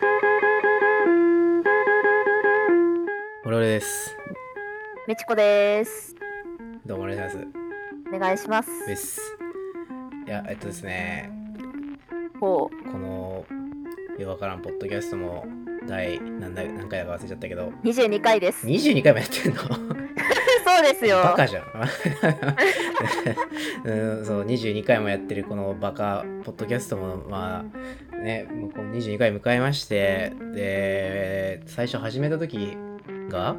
オレオレです。 みちこです。 どうもお願いします。 お願いします。 です。いや、ですね、 ほこの、よくわからんポッドキャストも、何回だか忘れちゃったけど、 う、22回です。 22回もやってんのそうですよ。 バカじゃん。そう、22回もやってるこのバカポッドキャストも、まあ、ね、もうこの22回迎えまして、で、最初始めた時が、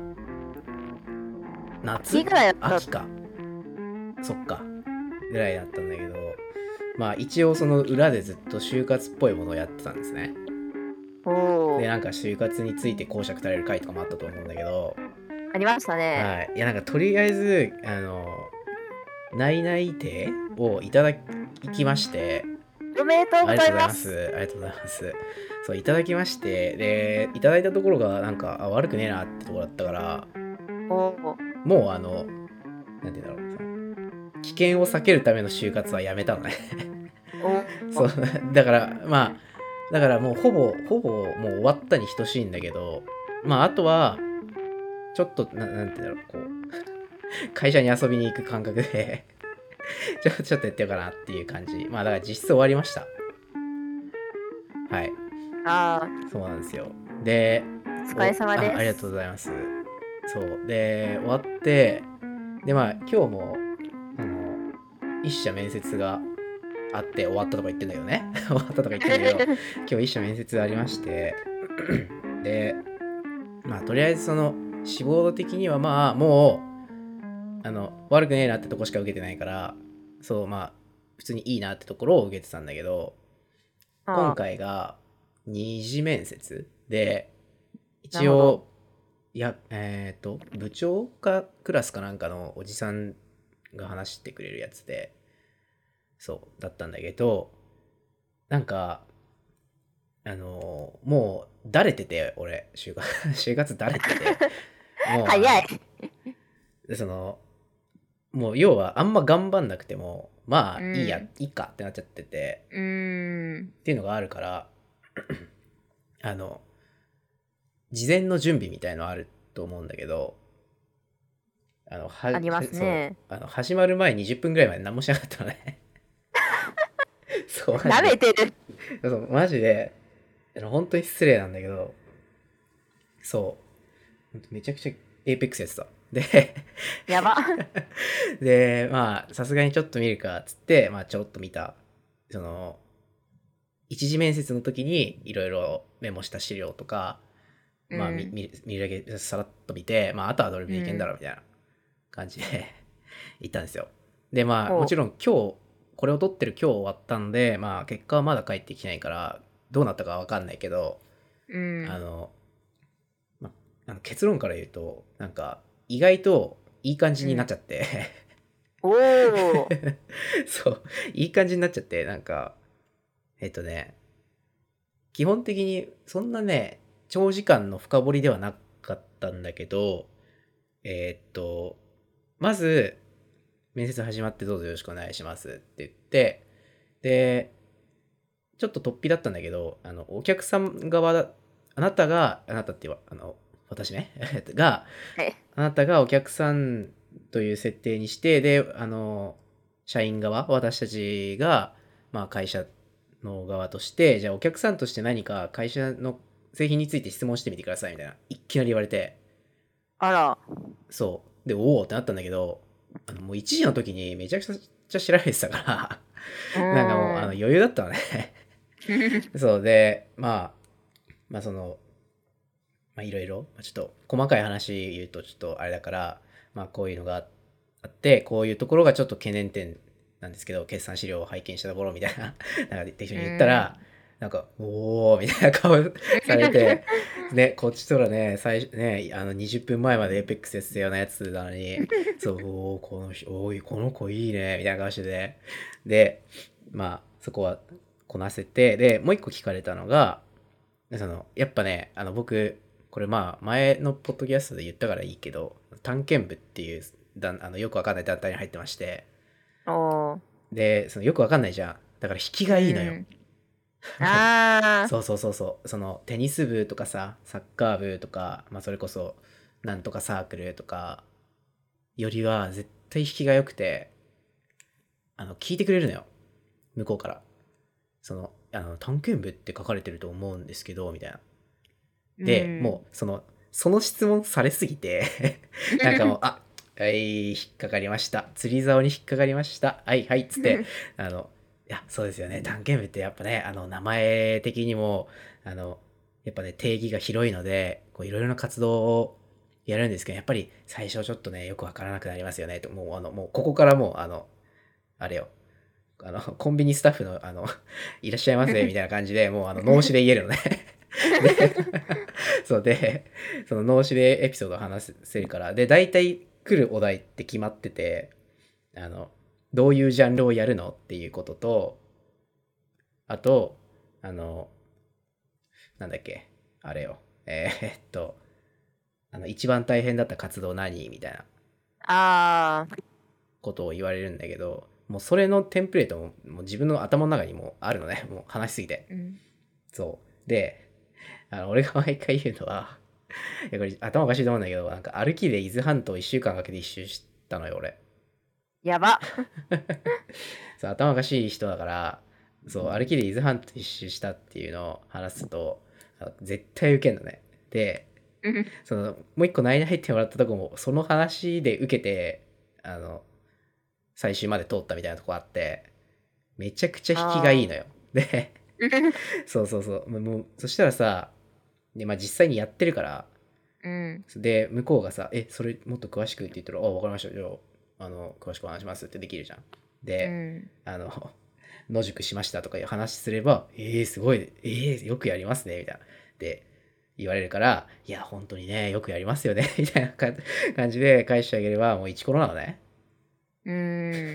秋ぐらいだった。 秋か。そっか。ぐらいだったんだけど、まあ一応その裏でずっと就活っぽいものをやってたんですね。で、なんか就活について講釈される回とかもあったと思うんだけど、 ありましたね。 はい。いや、なんかとりあえず、内々定をいただきまして、 おめでとうございます。 ありがとうございます。そう、いただきまして、で、いただいたところがなんか、悪くねえなってところだったから、もうなんていうんだろう、その危険を避けるための就活はやめたのね。そう、だからもうほぼもう終わったに等しいんだけど、まああとは、ちょっと、なんていうんだろう、こう、会社に遊びに行く感覚でちょっとやってようかなっていう感じ。まあだから実質終わりました。はい。そうなんですよ。で、 お疲れ様です。 ありがとうございます。そう。で、終わって、で、まあ今日も、一社面接があって終わったとか言ってんだけどね。終わったとか言ってんだけど、今日一社面接ありまして、で、まあとりあえずその志望度的にはまあもう悪くねえなってとこしか受けてないから、そうまあ普通にいいなってところを受けてたんだけど、今回が二次面接で、一応部長かクラスかなんかのおじさんが話してくれるやつで、そうだったんだけど、なんかもうだれてて、俺就活だれてて、もう早い。 そのもう要はあんま頑張んなくてもまあいいかってなっちゃってて、っていうのがあるから事前の準備みたいのあると思うんだけど、 ありますね。 そう始まる前20分ぐらいまで何もしなかったのね。そうマジ舐めで、 てる。 そうマジで本当に失礼なんだけど、そうめちゃくちゃエイペックスやってた。でやば。 でまあさすがにちょっと見るかっつって、まあちょっと見た。その一次面接の時にいろいろメモした資料とか、まあ見るだけさらっと見て、まああとはどれでいけんだろうみたいな感じで行ったんですよ。でまあもちろん今日これを撮ってる今日終わったんで、まあ結果はまだ返ってきてないからどうなったかわかんないけど、結論から言うとなんか意外といい感じになっちゃって、そういい感じになっちゃって、なんか基本的にそんなね長時間の深掘りではなかったんだけど、まず面接始まってどうぞよろしくお願いしますって言って、でちょっと突飛だったんだけど、お客さん側だ、あなたって言うわ、私ねが、あなたがお客さんという設定にして、で社員側、私たちがまあ会社の側として、じゃあお客さんとして何か会社の製品について質問してみてくださいみたいな、いきなり言われて、 あら。 そうでおおってなったんだけど、もう1時の時にめちゃくちゃ調べてたからなんかもう余裕だったのねそうでまあそのまあいろいろちょっと細かい話言うとちょっとあれだから、まあこういうのがあって、こういうところがちょっと懸念点なんですけど、決算資料を拝見したところみたいななんか適当に言ったら、なんかおーみたいな顔されて、ね、こっちとらね、20分前までエイペックスやってたようなやつなのに、そう、この子いいね、みたいな顔してて、で、まあ、そこはこなせて、で、もう一個聞かれたのが、やっぱね、僕、これまあ、前のポッドキャストで言ったからいいけど、探検部っていうよくわかんない団体に入ってまして、で、よくわかんないじゃん。だから引きがいいのよ。 ああ、 そうそうそうそう。そのテニス部とかさ、サッカー部とか、まあそれこそなんとかサークルとかよりは絶対引きが良くて、聞いてくれるのよ。向こうから。探検部って書かれてると思うんですけど、みたいな。 うで、 ん。 もう、その質問されすぎてなんかもう、あ、はい、引っかかりました。釣り竿に引っかかりました。はい、はい、つって、いや、そうですよね。探検部ってやっぱね、名前的にも、やっぱね、定義が広いので、こう、いろいろな活動をやるんですけど、やっぱり最初ちょっとね、よくわからなくなりますよね。と、もう、もう、ここからもう、あれよ、コンビニスタッフの、いらっしゃいませ、みたいな感じで、もう、脳死で言えるのねで、そうで、その脳死でエピソードを話せるから、で、大体来るお題って決まってて、あの、どういうジャンルをやるのっていうことと、あと、あの、なんだっけ、あれよ、一番大変だった活動何みたいなああ、 ことを言われるんだけど、もうそれのテンプレートもう自分の頭の中にもあるのね、もう話しすぎて。 うん。 そう。で、俺が毎回言うのは、いやこれ頭おかしいと思うんだけど、なんか歩きで伊豆半島1週間かけて一周したのよ、俺。 やば。 そう、頭おかしい人だから、そう、歩きで伊豆半島一周したっていうのを話すと、絶対受けんのね。で、 うん。 もう一個内に入ってもらったとこも、その話で受けて、最終まで通ったみたいなとこあって、めちゃくちゃ引きがいいのあよ。で、 ーそうそうそう。もう、そしたらさ、で、まあ実際にやってるから、 うん。 で、向こうがさ、それもっと詳しくって言ったら、あ、わかりました。じゃあ、詳しくお話しますってできるじゃん。で、 うん。 野宿しましたとかいう話すれば、すごい、よくやりますね、みたいな。で、言われるから、いや、本当にね、よくやりますよね、みたいな感じで返してあげれば、もうイチコロなのね。 うん。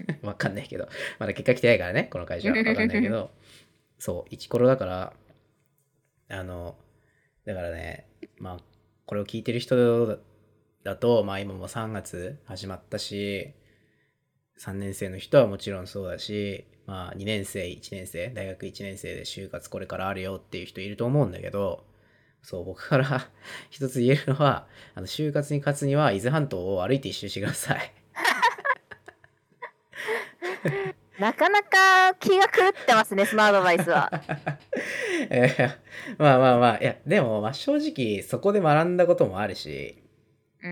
わかんないけど、まだ結果来てないからね、この会社は。わかんないけど、そう、イチコロだから、あの、だからね、まあ、これを聞いてる人だと、まあ今も3月始まったし、3年生の人はもちろんそうだし、まあ2年生、1年生、大学1年生で就活これからあるよっていう人いると思うんだけど、そう、僕から一つ言えるのは、就活に勝つには伊豆半島を歩いて一周してください。 なかなか気が狂ってますね、そのアドバイスは。 まあまあまあ、いや、でも、まあ正直そこで学んだこともあるし、 うん。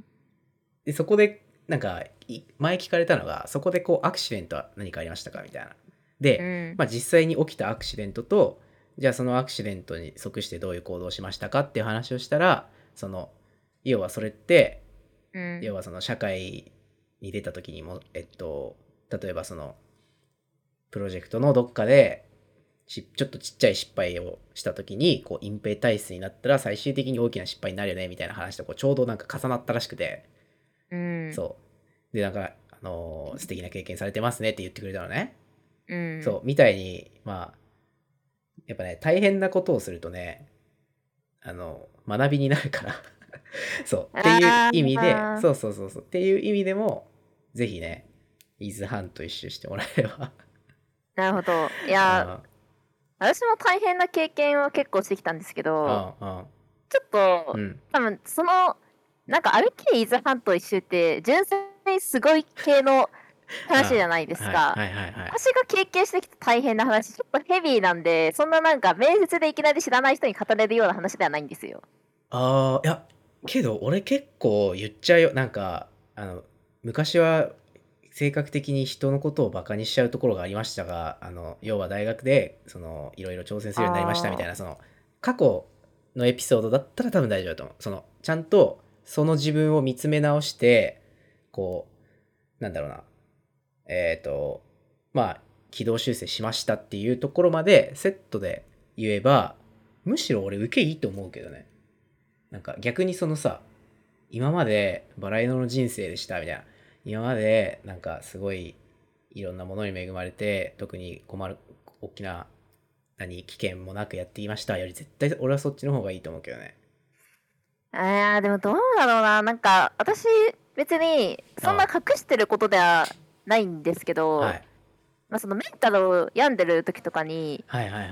で、そこで、なんか、前聞かれたのが、そこでこう、アクシデントは何かありましたかみたいな。で、 うん。 まあ実際に起きたアクシデントと、じゃあそのアクシデントに即してどういう行動をしましたかっていう話をしたら、要はそれって、 うん。 要はその社会に出た時にも、例えばプロジェクトのどっかで、ちょっとちっちゃい失敗をした時に、こう、隠蔽体質になったら最終的に大きな失敗になるよね、みたいな話とこうちょうどなんか重なったらしくて、 うん。 そう。で、なんか、素敵な経験されてますねって言ってくれたのね。 うん。 そう、みたいに、まあ、やっぱね、大変なことをするとね、学びになるからそう、っていうあ意味で、 あ、 そうそうそうそう、っていう意味でも、ぜひね、伊豆半島一周してもらえればなるほど。いや、 あ私も大変な経験は結構してきたんですけど、 あ、ああ、 ちょっと、 うん。 多分なんか歩きで伊豆半島一周って、純粋にすごい系の話じあゃないであ、はい、 すか。 はい、はい、はい。 私が経験してきた大変な話、ちょっとヘビーなんで、そんななんか面接でいきなり知らない人に語れるような話ではないんですよ。 ああ、いや、けど俺結構言っちゃうよ。なんか、昔は性格的に人のことをバカにしちゃうところがありましたが、要は大学で、いろいろ挑戦するようになりましたみたいあな、過去のエピソードだったら多分大丈夫だと思う。ちゃんと、その自分を見つめ直して、こう、なんだろうな、まあ、軌道修正しましたっていうところまでセットで言えば、むしろ俺受けいいと思うけどね。なんか逆に今までバラ色の人生でしたみたいな。今までなんかすごいいろんなものに恵まれて、特に大きな危険もなくやっていましたより絶対俺はそっちの方がいいと思うけどね。 でもどうだろうな。なんか、私、別に、そんなあ隠してることではないんですけあ、はど、 い。 まあ、そのメンタルを病んでる時とかに、 はいはいはい。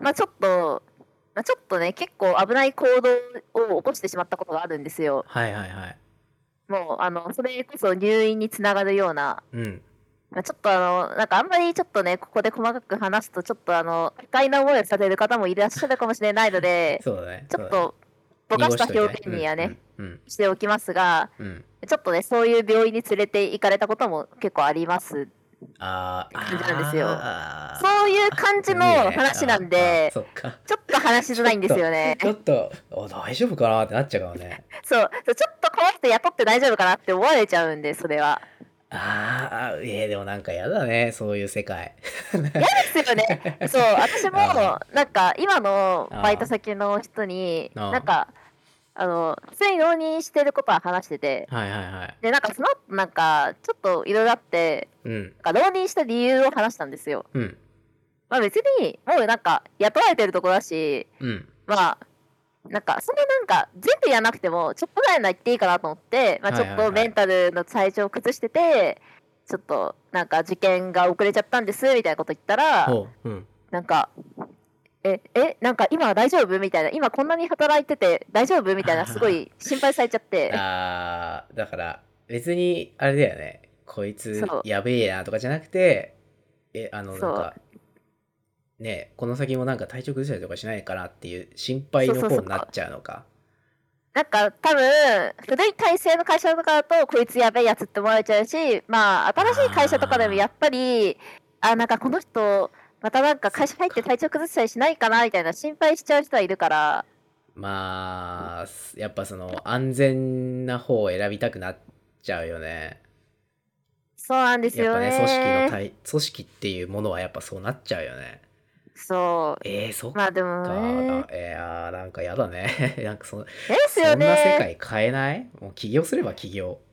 ちょっと、ちょっとね、結構危ない行動を起こしてしまったことがあるんですよ。 はいはいはい。 もう、それこそ入院につながるような、 うん。 ちょっとなんかあんまりちょっとね、ここで細かく話すと、ちょっと不快な思いをされる方もいらっしゃるかもしれないので、 そうだね。そうだね。 ちょっとぼかした濁しといてね。 表現にはね、 うんしておきますが、 うん。 ちょっとね、そういう病院に連れて行かれたことも結構ありますあー、 感じなんですよ。そういうあー、 感じのいいね。 話なんで、 そっか。 ちょっと話しづらいんですよね。 大丈夫かなってなっちゃうからね。 そう、ちょっとこの人雇って大丈夫かなって思われちゃうんで、それは。 でもなんかやだね、そういう世界。 嫌ですよね。そう、私も、なんか、今のバイト先の人に、なんか、普通に浪人してることは話してて、 はいはいはい。 で、なんか、その後、なんか、ちょっといろいろあって、 うん。 なんか浪人した理由を話したんですよ。 うん。 まあ別に、もうなんか、雇われてるとこだし、 うん。 まあ、なんか、そんななんか、全部やらなくても、ちょっとぐらいなら言っていいかなと思って、まあちょっとメンタルの体調を崩してて、ちょっと、なんか、受験が遅れちゃったんです、みたいなこと言ったら、 うん。 なんか、なんか今大丈夫みたいな、今こんなに働いてて大丈夫みたいな、すごい心配されちゃって。 だから、別に、あれだよね。こいそう、 つ、やべえなとかじゃなくて、なんそう、 か、ね、この先もなんか体調崩したりとかしないかなっていう心配のそうそうそう。 方になっちゃうのか。 なんか多分、古い体制の会社とかだと、こいつやべえやつって思われちゃうし、まあ、新しい会社とかでもやっぱり、なんかこの人、またなんか会社入って体調崩したりしないかなみたいな心配しちゃう人はいるから、 まあ、やっぱその安全な方を選びたくなっちゃうよね。 そうなんですよやっぱね、 ね。 組織っていうものはやっぱそうなっちゃうよね。 そう。 そっまあでもか。 ね。 なんかやだね。なんかですよそんな世ね。 界変えない？もう起業すれば起業。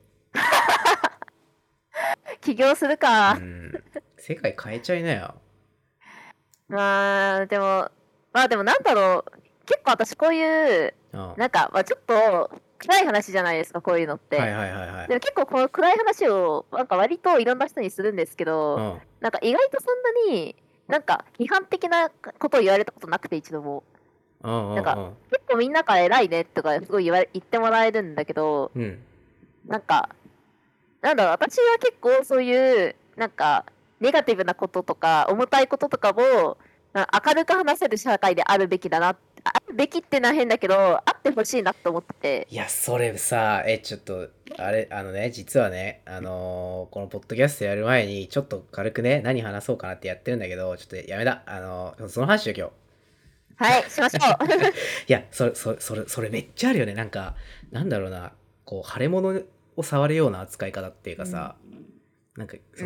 起業するうか。 ん。世界変えちゃいなよ。 まあ、でも、なんだろう。結構私こういう、 うん。 なんか、ちょっと暗い話じゃないですか、こういうのって。 はいはいはいはい。 でも結構この暗い話を、なんか割といろんな人にするんですけど、 うん。 なんか意外とそんなに、なんか批判的なことを言われたことなくて一度も。 うんうなんか、 んうん。 結構みんなから偉いねとかすごい言ってもらえるんだけど、 うん。 なんか、なんだろう、私は結構そういう、なんか、ネガティブなこととか、重たいこととかも、明るく話せる社会であるべきだな、あるべきってのは変だけど、あってほしいなと思ってて。 いや、それさ、ちょっと、実はね、このポッドキャストやる前に、ちょっと軽くね、何話そうかなってやってるんだけど、ちょっとやめだ。その話よ、今日。 はい、しましょう。 いや、それめっちゃあるよね。なんか、なんだろうな、こう、腫れ物を触るような扱い方っていうかさ、なんか、 うん、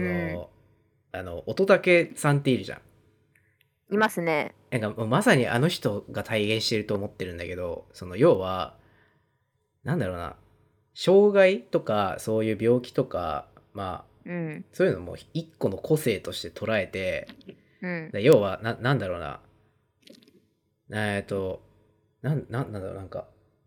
乙武さんっているじゃん。 いますね。 なんか、もうまさにあの人が体現してると思ってるんだけど、要は、なんだろうな、障害とか、そういう病気とか、まあ、 うん、 そういうのも一個の個性として捉えて、 うん、 要は、なんだろうな、なんだろう、なんか、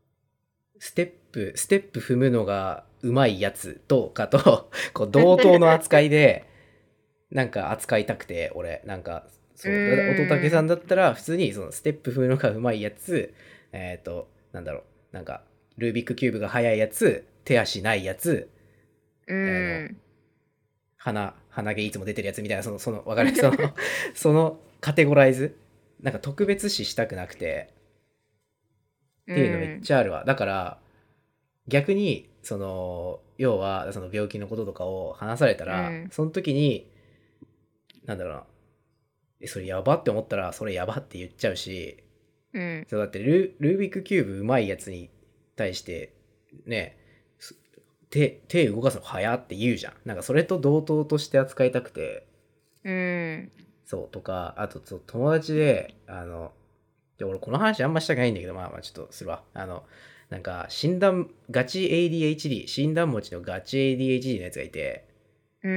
ステップ踏むのがうまいやつとかとこう、同等の扱いで、なんか扱いたくて、俺、なんか、 うそう、乙武さんーん、 だったら、普通にそのステップ踏むのがうまいやつ、なんだろう、なんか、ルービックキューブが速いやつ、手足ないやつ、 うあの、 ーん。 鼻毛いつも出てるやつみたいな、わかるそのカテゴライズなんか特別視したくなくて、 うっていうのめっん、 ちゃあるわ。だから、逆に、要は、その病気のこととかを話されたら、 うん、 その時に、なんだろうな、それやばって思ったら、それやばって言っちゃうし、 うん。 そうだってルービックキューブうまいやつに対して、ね、手動かすの早って言うじゃん。なんかそれと同等として扱いたくて、 うん。 そうとか、あと友達で、俺この話あんましたくないんだけど、まあちょっとするわ。なんかガチ ADHD、診断持ちのガチ ADHD のやつがいて、 うん。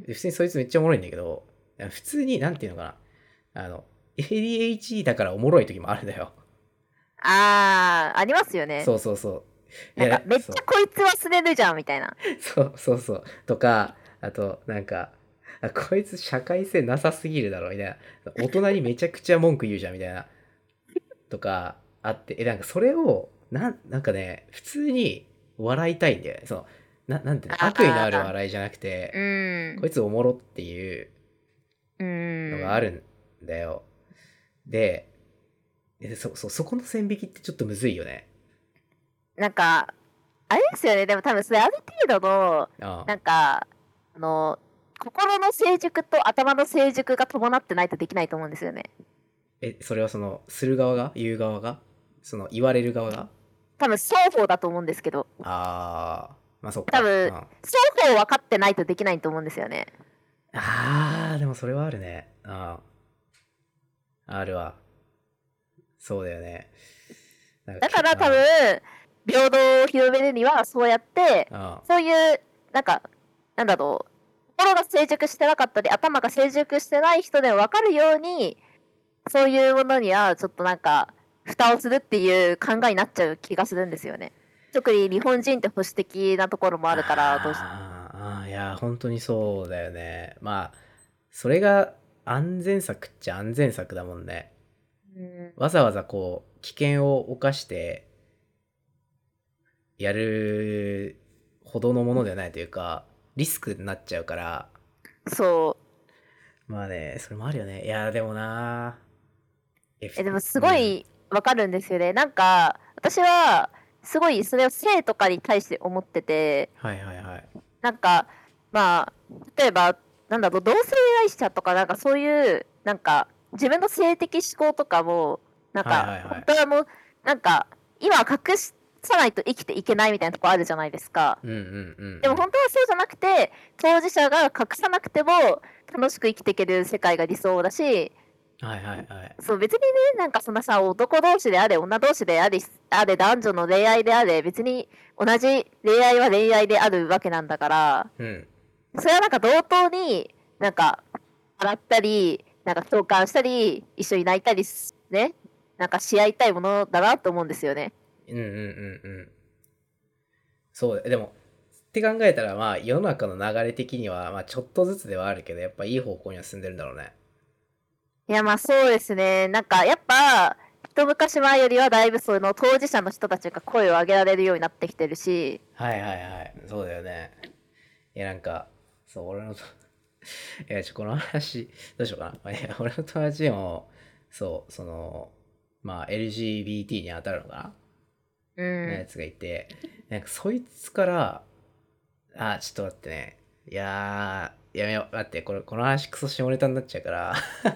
普通にそいつめっちゃおもろいんだけど、普通に、なんていうのかな、ADHD だからおもろい時もあるんだよ。 ありますよね。 そうそうそう。いや、 なんか、めっちそう。 ゃこいつ忘れるじゃん、みたいな。 そうそうそう。とか、あと、なんか、 こいつ社会性なさすぎるだろみたいな、大人にめちゃくちゃ文句言うじゃんみたいなとかあって、なんかそれをなんかね普通に笑いたいんだよね。そのなんていうの、悪意のあるあ笑いじゃなくうて、こん。 いつおもろっていううん。 のがあるんだよ。で、そこの線引きってちょっとむずいよね。 なんか、あれですよね。でも多分それある程度の、 あなんか、心の成熟と頭の成熟が伴ってないとできないと思うんですよね。 それはそのする側が言う側がその言われる側が。 多分双方だと思うんですけど、 まあそっか。 多分双方分かってないとできないと思うんですよね。 でもそれはあるね。あるわ。そうだよね。なんかだから多分、平等を広めるには、そうやって、 あそういう、なんか、なんだろう、心が成熟してなかったり、頭が成熟してない人でも分かるように、そういうものには、ちょっとなんか、蓋をするっていう考えになっちゃう気がするんですよね。特に日本人って保守的なところもあるから、どうしいや、本当にそうだよね。まあ、それが安全策っちゃ安全策だもんね。 うん、 わざわざこう、危険を冒してやるほどのものではないというか、リスクになっちゃうから、 そう。 まあね、それもあるよね。いや、でもなでもすうん。 ごいわかるんですよね。なんか、私は、すごいそれを性とかに対して思ってて、 はいはいはい。 なんか、まあ、例えば、なんだろう、同性愛者とか、なんかそういう、なんか、自分の性的思考とかも、なんはいか、 はいはい。 本当はもう、なんか、今は隠さないと生きていけないみたいなとこあるじゃないですか。 うんうんうんでもうん。 本当はそうじゃなくて、当事者が隠さなくても楽しく生きていける世界が理想だし、 はいはいはい。 そう別にね、なんかそんなさ、男同士であれ、女同士であれ、男女の恋愛であれ、別に同じ恋愛は恋愛であるわけなんだから、 うん。 それはなんか同等になんか笑ったり、なんか共感したり、一緒に泣いたりね、なんかし合いたいものだなと思うんですよね。 うんうんうんうん。そうだ。でも、って考えたら、まあ、世の中の流れ的には、まあ、ちょっとずつではあるけど、やっぱいい方向には進んでるんだろうね。 いや、まあそうですね。なんかやっぱ、一昔前よりはだいぶその当事者の人たちが声を上げられるようになってきてるし、 はいはいはい。そうだよね。いや、なんか、そう、俺のいや、この話、どうしようかな。いや、俺の友達でも、そう、まあ、LGBT に当たるのかなのやうん。 つがいて、なんか、そいつから、ちょっと待ってね。いややめよう。待って、この話クソ下ネタになっちゃうから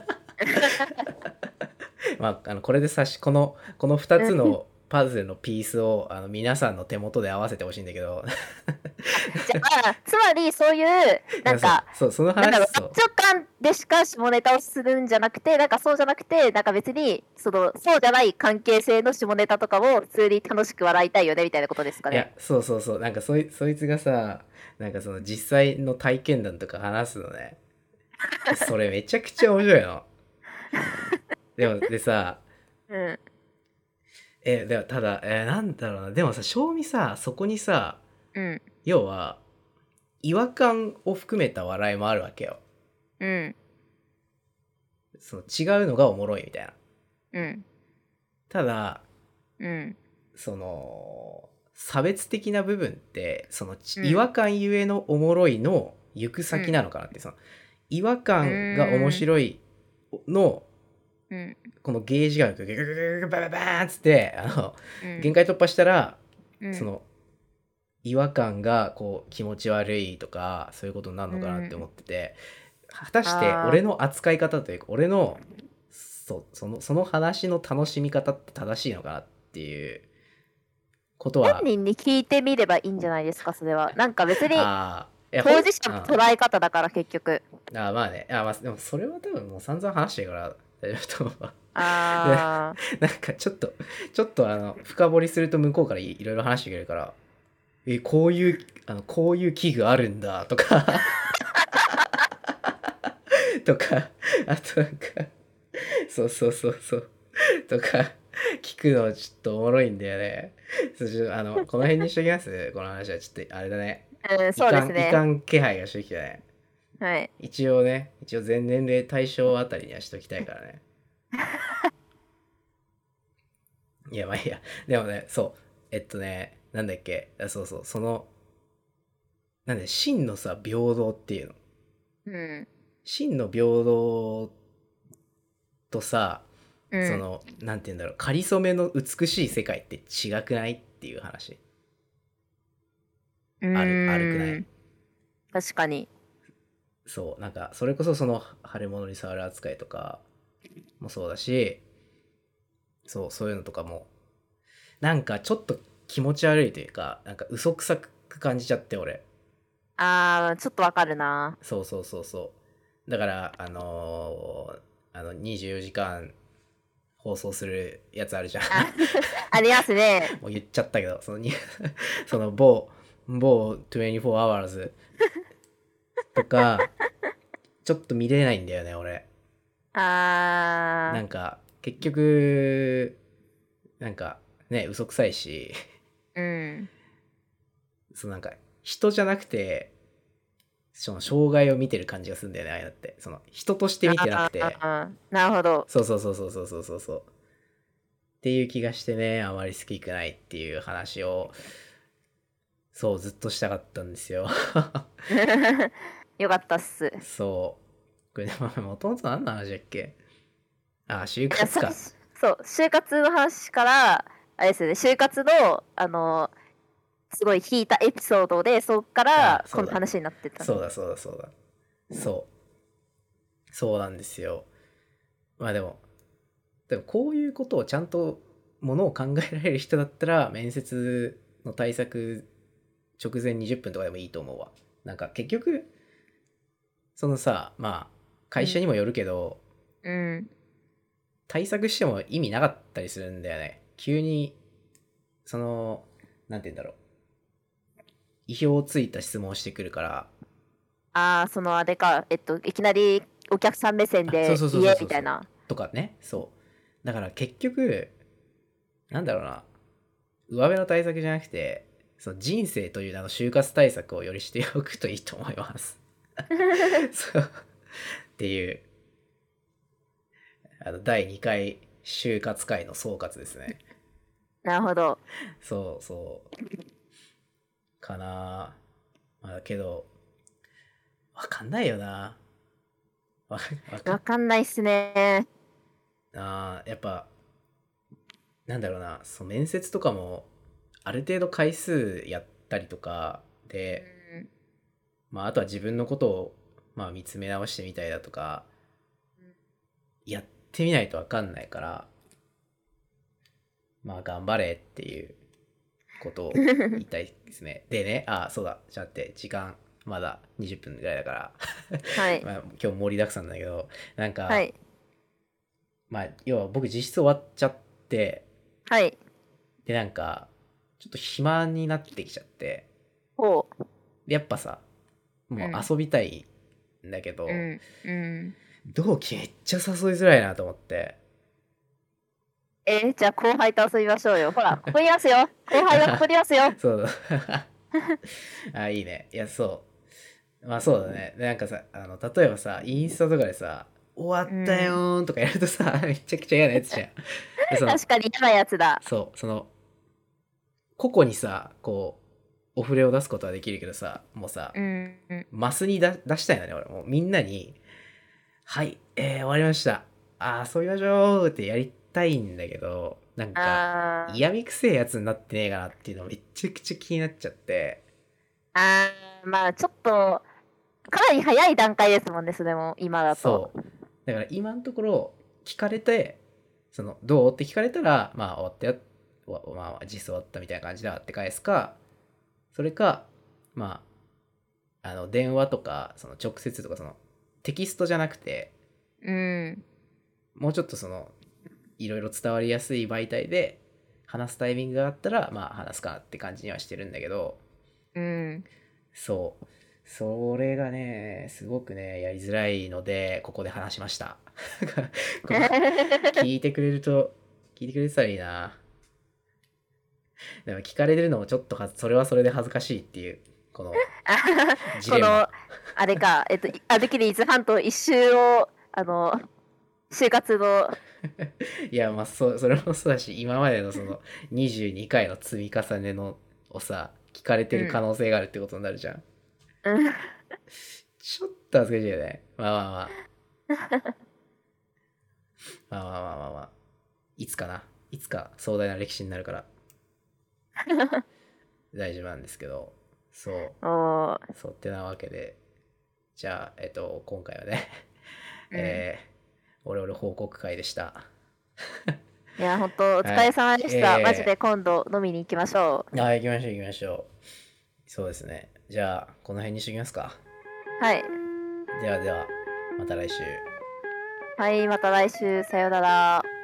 まあ、これでこの2つのパズルのピースを皆さんの手元で合わせてほしいんだけどじゃあ、つまりそういう、 いや、 なんか、 その話、 なんだろう、男女間でしか下ネタをするんじゃなくて、なんかそうじゃなくて、なんか別に、そうじゃない関係性の下ネタとかも普通に楽しく笑いたいよね、みたいなことですかいや、 ね。 そう、なんかそいつがさ、なんかその実際の体験談とか話すのね。それめちゃくちゃ面白いの。でさ、 うん。 でもただ、なんだろうな。でもさ、正味さ、そこにさ、 うん。 要は、違和感を含めた笑いもあるわけよ。 うん。 その違うのがおもろいみたいな。 うん。 ただ、 うん。 差別的な部分って、違うん。 和感ゆえのおもろいの行くうん。 先なのかなって、違和う感が面ーん。 白いの、 うん。 このゲージがググググググバババーンっつって、 うん。 限界突破したら、 うん。 その、違和感がこう気持ち悪いとか、そういうことになるうのかなって思ん。 ってて、果たしてああ。 俺の扱い方というか、俺の、その話の楽しみ方って正しいのかなっていうこと本は、 人に聞いてみればいいんじゃないですか、それは。なんか別にいや、 当事者の捉え方だから結局。 まあね、まあ、でもそれは多分もう散々話してるから大丈夫と思うわ。で、 ああ。 なんかちょっと深掘りすると向こうからいろいろ話してくれるから、こういう器具あるんだとかとか、あとなんか、そう、とか、聞くのちょっとおもろいんだよね。この辺にしときますこの話はちょっと、あれだね。 うん、そうですいね。 かん気配がしてきたね。 はい。 一応全年齢対象あたりにはしときたいからね。いや、まあいいや。でもね、そう。なんだっけ。そうそう、なんで、真のさ、平等っていうの。 うん。 真の平等とさ、 うん。 なんて言うんだろう、仮初めの美しい世界って違くないっていう話。 うあるくなーん。 い？ 確かに。 そう、なんか、それこそ腫れ物に触る扱いとかもそうだし、そういうのとかも、なんかちょっと気持ち悪いというか、なんか嘘くさく感じちゃって、俺。 あー、ちょっとわかるな。 そうそうそうそう。だから、24時間放送するやつあるじゃん。 あ、ありますね。 もう言っちゃったけど、その某24 hours とか、ちょっと見れないんだよね、俺。なあんか、結局、なんか、ね、嘘くさいし、 ー、うん。 なんか、人じゃなくて、その障害を見てる感じがするんだよね、ああいうのって。人として見てなくて、 あー、なるほど。 そう。っていう気がしてね、あまり好きくないっていう話を、そう、ずっとしたかったんですよ。 よかったっす。 そう。これ、もともと何の話だっけ？あ、就いや、 活か。 そう、就活の話から、あれですよね、就活の、すごい引いたエピソードで、そっかあ、 らこそうだ。 の話になってたんで。 そうだ、そうだ、そうだ。そう。そうなんですよ。まあでもこういうことをちゃんとものを考えられる人だったら、面接の対策直前20分とかでもいいと思うわ。なんか結局、まあ、会社にもよるけど、 うん。 対策しても意味なかったりするんだよね。急に、なんて言うんだろう。意表をついた質問をしてくるから、 ああ、あれか、いきなりお客さん目線そうそうそうそで言えうそうそう。 みたいな。 とかね、そう。だから結局、なんだろうな、上辺の対策じゃなくて、その人生という名の就活対策をよりしておくといいと思います。そう。っていう、第2回就活会の総括ですね。 なるほど。 そうそう。かな。まあ、けど、わかんないよな。わかんわかんないっすね。 な。やっぱ、なんだろうな、面接とかも、ある程度回数やったりとかうで、 ん。 まあ、あとは自分のことを、まあ、見つめ直してみたりだとか、やってみないとわかんないから、まあ、頑張れっていうことを言いたいですね。でね、そうだ、じゃあって、時間、まだ20分ぐらいだからはい。 まあ、今日盛りだくさんだけど、なんか、 はい。 まあ、要は僕実質終わっちゃって、 はい。 で、なんか、ちょっと暇になってきちゃって、 ほう。 で、やっぱさ、もううん。 遊びたいんだけど、 うん。うん。 同期めっちゃ誘いづらいなと思って。 じゃあ後輩と遊びましょうよ。ほら、ここにいますよ。後輩はここにいますよ。 そうだ。いいね。いや、そう。まあそうだね。でなんかさ、例えばさ、インスタとかでさ、終わったようん。 ーんとかやるとさ、めちゃくちゃ嫌なやつじゃん。で、 確かに嫌なやつだ。 そう、個々にさ、こう、お触れを出すことはできるけどさ、もうさ、 うん。うん。 マスに出したいのね、俺。もうみんなに、はい、終わりました。遊びましょうってやりたいんだけど、なんか、 あ嫌味くせえやつになってねえかなっていうのめちゃくちゃ気になっちゃって、 まあちょっと、かなり早い段階ですもんね、それも、今だと。 そう。だから今のところ、聞かれて、どうって聞かれたら、まあ終わったよ、まあ実装終わったみたいな感じだって返すか、それか、ま電話とか、直接とか、テキストじゃなくて、 うん。 もうちょっといろいろ伝わりやすい媒体で話すタイミングがあったら、まあ話すかなって感じにはしてるんだけど、 うん。 そう。それがね、すごくね、やりづらいので、ここで話しました。ここ聞いてくれると、聞いてくれてたらいいな。でも聞かれるのもちょっとそれはそれで恥ずかしいっていう、このジこの、 レンマ。 あれか、歩きで伊豆半島一周を、就活の、 いや、まあそれもそうだし、今までのその22回の積み重ねのをさ、聞かれてる可能性があるってことになるじゃん。 うん。 ちょっと恥ずかしいよね。まあまあまあ。まあまあまあまあまあ。いつかな。いつか壮大な歴史になるから大丈夫なんですけど。そおー、 う。そうってなわけで。じゃあ、今回はね、 うん。 オレオレ報告会でした。 いや、本当お疲はい。 れ様でした。マジで今度飲みに行きましょう。 行きましょう行きましょう。そうですね。じゃあ、この辺にしときますか。 はい。 ではでは、また来週。 はい、また来週、さようなら。